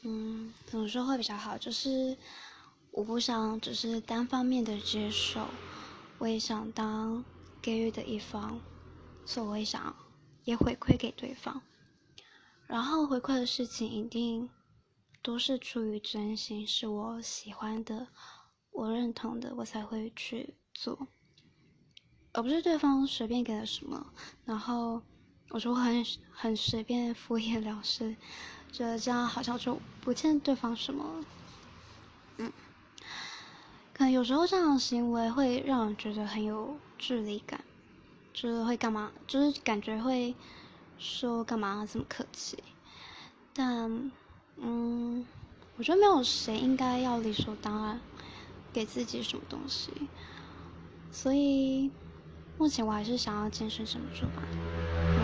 怎么说会比较好？就是我不想只是单方面的接受，我也想当给予的一方，所以我也想也回馈给对方。然后回馈的事情一定都是出于真心，是我喜欢的，我认同的，我才会去做，而不是对方随便给了什么，然后我就很随便敷衍了事，觉得这样好像就不欠对方什么。可能有时候这样的行为会让人觉得很有距离感，就是会干嘛，就是感觉会说干嘛这么客气。但我觉得没有谁应该要理所当然给自己什么东西，所以目前我还是想要坚持这么做吧。